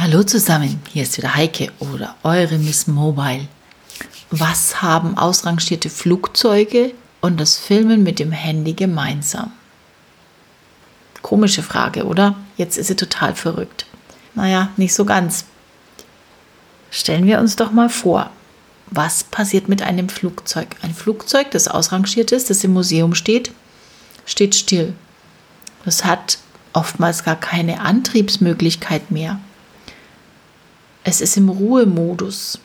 Hallo zusammen, hier ist wieder Heike oder eure Miss Mobile. Was haben ausrangierte Flugzeuge und das Filmen mit dem Handy gemeinsam? Komische Frage, oder? Jetzt ist sie total verrückt. Naja, nicht so ganz. Stellen wir uns doch mal vor, was passiert mit einem Flugzeug? Ein Flugzeug, das ausrangiert ist, das im Museum steht still. Das hat oftmals gar keine Antriebsmöglichkeit mehr. Es ist im Ruhemodus.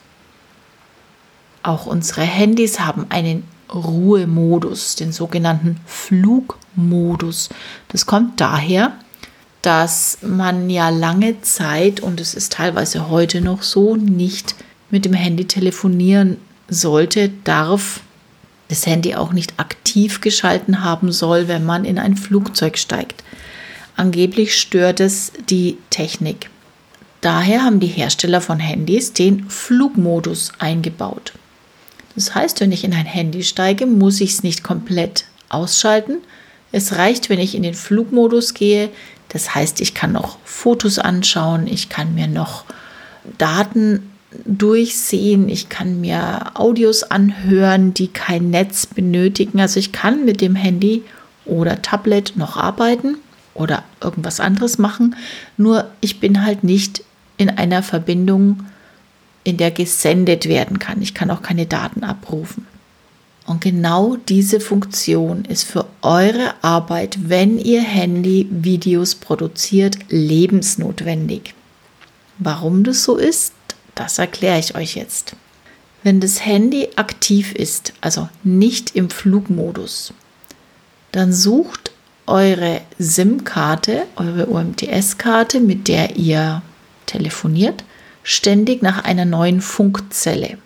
Auch unsere Handys haben einen Ruhemodus, den sogenannten Flugmodus. Das kommt daher, dass man ja lange Zeit, und es ist teilweise heute noch so, nicht mit dem Handy telefonieren sollte, darf das Handy auch nicht aktiv geschalten haben soll, wenn man in ein Flugzeug steigt. Angeblich stört es die Technik. Daher haben die Hersteller von Handys den Flugmodus eingebaut. Das heißt, wenn ich in ein Handy steige, muss ich es nicht komplett ausschalten. Es reicht, wenn ich in den Flugmodus gehe. Das heißt, ich kann noch Fotos anschauen, ich kann mir noch Daten durchsehen, ich kann mir Audios anhören, die kein Netz benötigen. Also ich kann mit dem Handy oder Tablet noch arbeiten oder irgendwas anderes machen. Nur ich bin halt nicht in einer Verbindung, in der gesendet werden kann. Ich kann auch keine Daten abrufen. Und genau diese Funktion ist für eure Arbeit, wenn ihr Handy-Videos produziert, lebensnotwendig. Warum das so ist, das erkläre ich euch jetzt. Wenn das Handy aktiv ist, also nicht im Flugmodus, dann sucht eure SIM-Karte, eure UMTS-Karte, mit der ihr telefoniert, ständig nach einer neuen Funkzelle.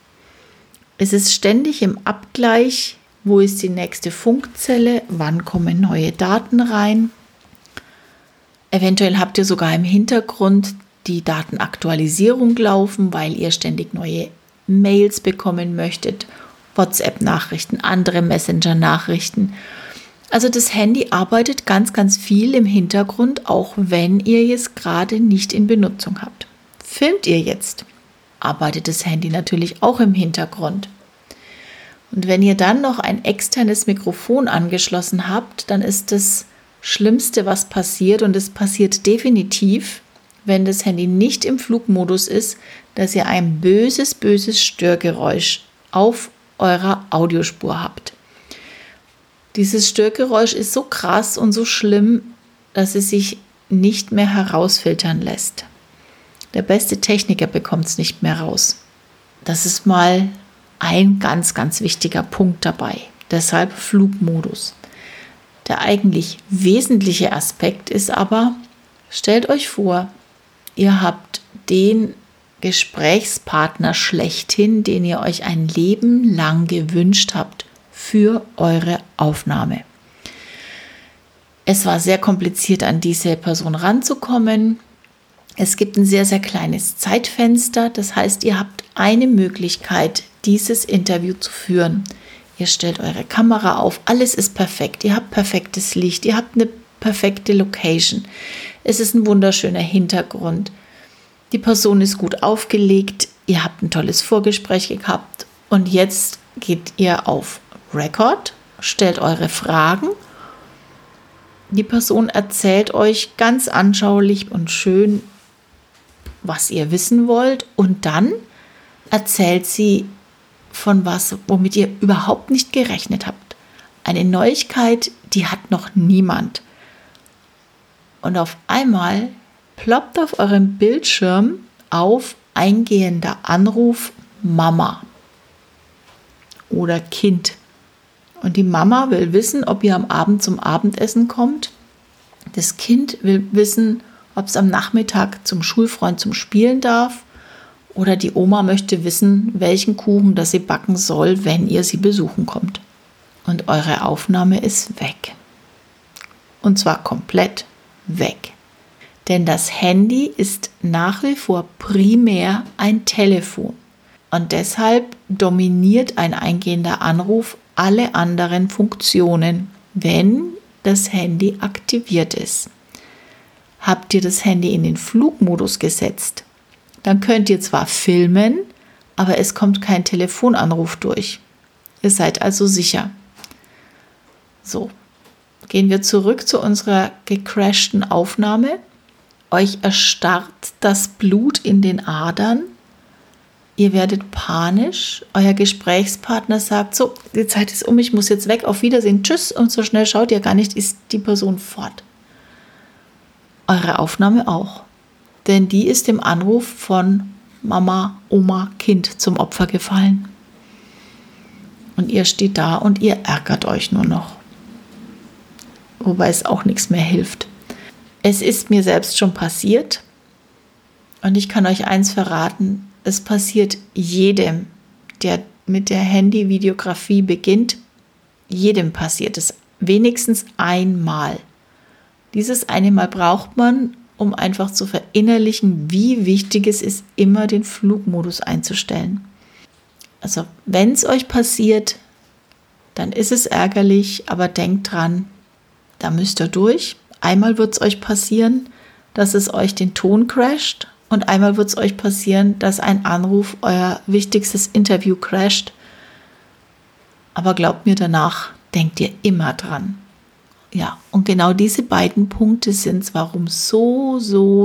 Es ist ständig im Abgleich, wo ist die nächste Funkzelle, wann kommen neue Daten rein. Eventuell habt ihr sogar im Hintergrund die Datenaktualisierung laufen, weil ihr ständig neue Mails bekommen möchtet, WhatsApp-Nachrichten, andere Messenger-Nachrichten. Also das Handy arbeitet ganz, ganz viel im Hintergrund, auch wenn ihr es gerade nicht in Benutzung habt. Filmt ihr jetzt, arbeitet das Handy natürlich auch im Hintergrund. Und wenn ihr dann noch ein externes Mikrofon angeschlossen habt, dann ist das Schlimmste, was passiert, und es passiert definitiv, wenn das Handy nicht im Flugmodus ist, dass ihr ein böses Störgeräusch auf eurer Audiospur habt. Dieses Störgeräusch ist so krass und so schlimm, dass es sich nicht mehr herausfiltern lässt. Der beste Techniker bekommt es nicht mehr raus. Das ist mal ein ganz, ganz wichtiger Punkt dabei. Deshalb Flugmodus. Der eigentlich wesentliche Aspekt ist aber, stellt euch vor, ihr habt den Gesprächspartner schlechthin, den ihr euch ein Leben lang gewünscht habt für eure Aufnahme. Es war sehr kompliziert, an diese Person ranzukommen. Es gibt ein sehr, sehr kleines Zeitfenster. Das heißt, ihr habt eine Möglichkeit, dieses Interview zu führen. Ihr stellt eure Kamera auf, alles ist perfekt. Ihr habt perfektes Licht, ihr habt eine perfekte Location. Es ist ein wunderschöner Hintergrund. Die Person ist gut aufgelegt. Ihr habt ein tolles Vorgespräch gehabt. Und jetzt geht ihr auf Record, stellt eure Fragen. Die Person erzählt euch ganz anschaulich und schön, was ihr wissen wollt. Und dann erzählt sie von was, womit ihr überhaupt nicht gerechnet habt. Eine Neuigkeit, die hat noch niemand. Und auf einmal ploppt auf eurem Bildschirm auf eingehender Anruf Mama oder Kind. Und die Mama will wissen, ob ihr am Abend zum Abendessen kommt. Das Kind will wissen, ob es am Nachmittag zum Schulfreund zum Spielen darf. Oder die Oma möchte wissen, welchen Kuchen das sie backen soll, wenn ihr sie besuchen kommt. Und eure Aufnahme ist weg. Und zwar komplett weg. Denn das Handy ist nach wie vor primär ein Telefon. Und deshalb dominiert ein eingehender Anruf alle anderen Funktionen, wenn das Handy aktiviert ist. habt ihr das Handy in den Flugmodus gesetzt, dann könnt ihr zwar filmen, aber es kommt kein Telefonanruf durch. Ihr seid also sicher. So, gehen wir zurück zu unserer gecrashten Aufnahme. Euch erstarrt das Blut in den Adern. Ihr werdet panisch. Euer Gesprächspartner sagt, so, die Zeit ist um, ich muss jetzt weg, auf Wiedersehen, tschüss. Und so schnell schaut ihr gar nicht, ist die Person fort. Eure Aufnahme auch. Denn die ist dem Anruf von Mama, Oma, Kind zum Opfer gefallen. Und ihr steht da und ihr ärgert euch nur noch. Wobei es auch nichts mehr hilft. Es ist mir selbst schon passiert. Und ich kann euch eins verraten, es passiert jedem, der mit der Handyvideografie beginnt. Jedem passiert es wenigstens einmal. Dieses eine Mal braucht man, um einfach zu verinnerlichen, wie wichtig es ist, immer den Flugmodus einzustellen. Also wenn es euch passiert, dann ist es ärgerlich, aber denkt dran, da müsst ihr durch. Einmal wird es euch passieren, dass es euch den Ton crasht und einmal wird es euch passieren, dass ein Anruf euer wichtigstes Interview crasht. Aber glaubt mir, danach denkt ihr immer dran. Ja, und genau diese beiden Punkte sind es, warum so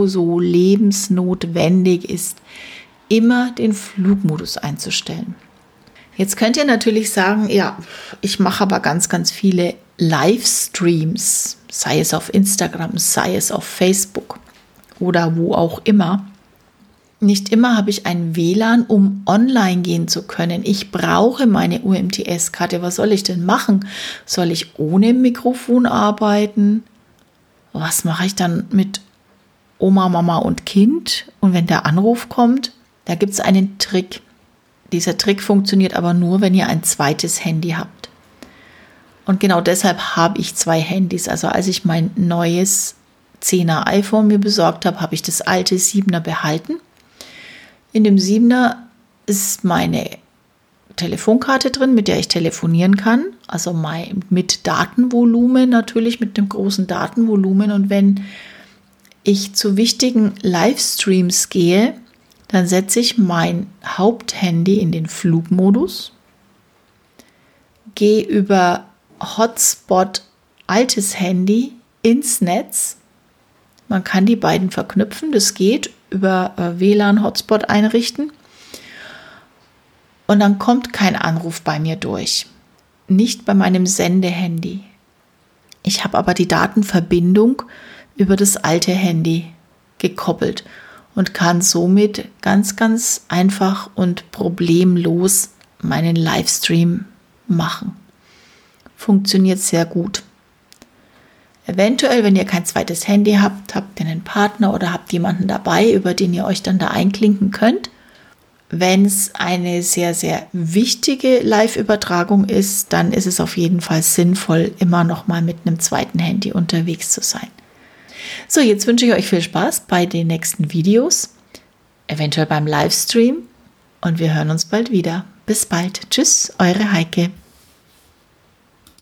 lebensnotwendig ist, immer den Flugmodus einzustellen. Jetzt könnt ihr natürlich sagen, ja, ich mache aber ganz viele Livestreams, sei es auf Instagram, sei es auf Facebook oder wo auch immer. Nicht immer habe ich ein WLAN, um online gehen zu können. Ich brauche meine UMTS-Karte. Was soll ich denn machen? Soll ich ohne Mikrofon arbeiten? Was mache ich dann mit Oma, Mama und Kind? Und wenn der Anruf kommt, da gibt es einen Trick. Dieser Trick funktioniert aber nur, wenn ihr ein zweites Handy habt. Und genau deshalb habe ich 2 Handys. Also als ich mein neues 10er iPhone mir besorgt habe, habe ich das alte 7er behalten. In dem 7er ist meine Telefonkarte drin, mit der ich telefonieren kann. Also mit Datenvolumen natürlich, mit einem großen Datenvolumen. Und wenn ich zu wichtigen Livestreams gehe, dann setze ich mein Haupthandy in den Flugmodus, gehe über Hotspot altes Handy ins Netz. Man kann die beiden verknüpfen, das geht über WLAN-Hotspot einrichten. Und dann kommt kein Anruf bei mir durch. Nicht bei meinem Sendehandy. Ich habe aber die Datenverbindung über das alte Handy gekoppelt und kann somit ganz einfach und problemlos meinen Livestream machen. Funktioniert sehr gut. Eventuell, wenn ihr kein zweites Handy habt, habt ihr einen Partner oder habt jemanden dabei, über den ihr euch dann da einklinken könnt. Wenn es eine sehr wichtige Live-Übertragung ist, dann ist es auf jeden Fall sinnvoll, immer noch mal mit einem zweiten Handy unterwegs zu sein. So, jetzt wünsche ich euch viel Spaß bei den nächsten Videos, eventuell beim Livestream und wir hören uns bald wieder. Bis bald. Tschüss, eure Heike.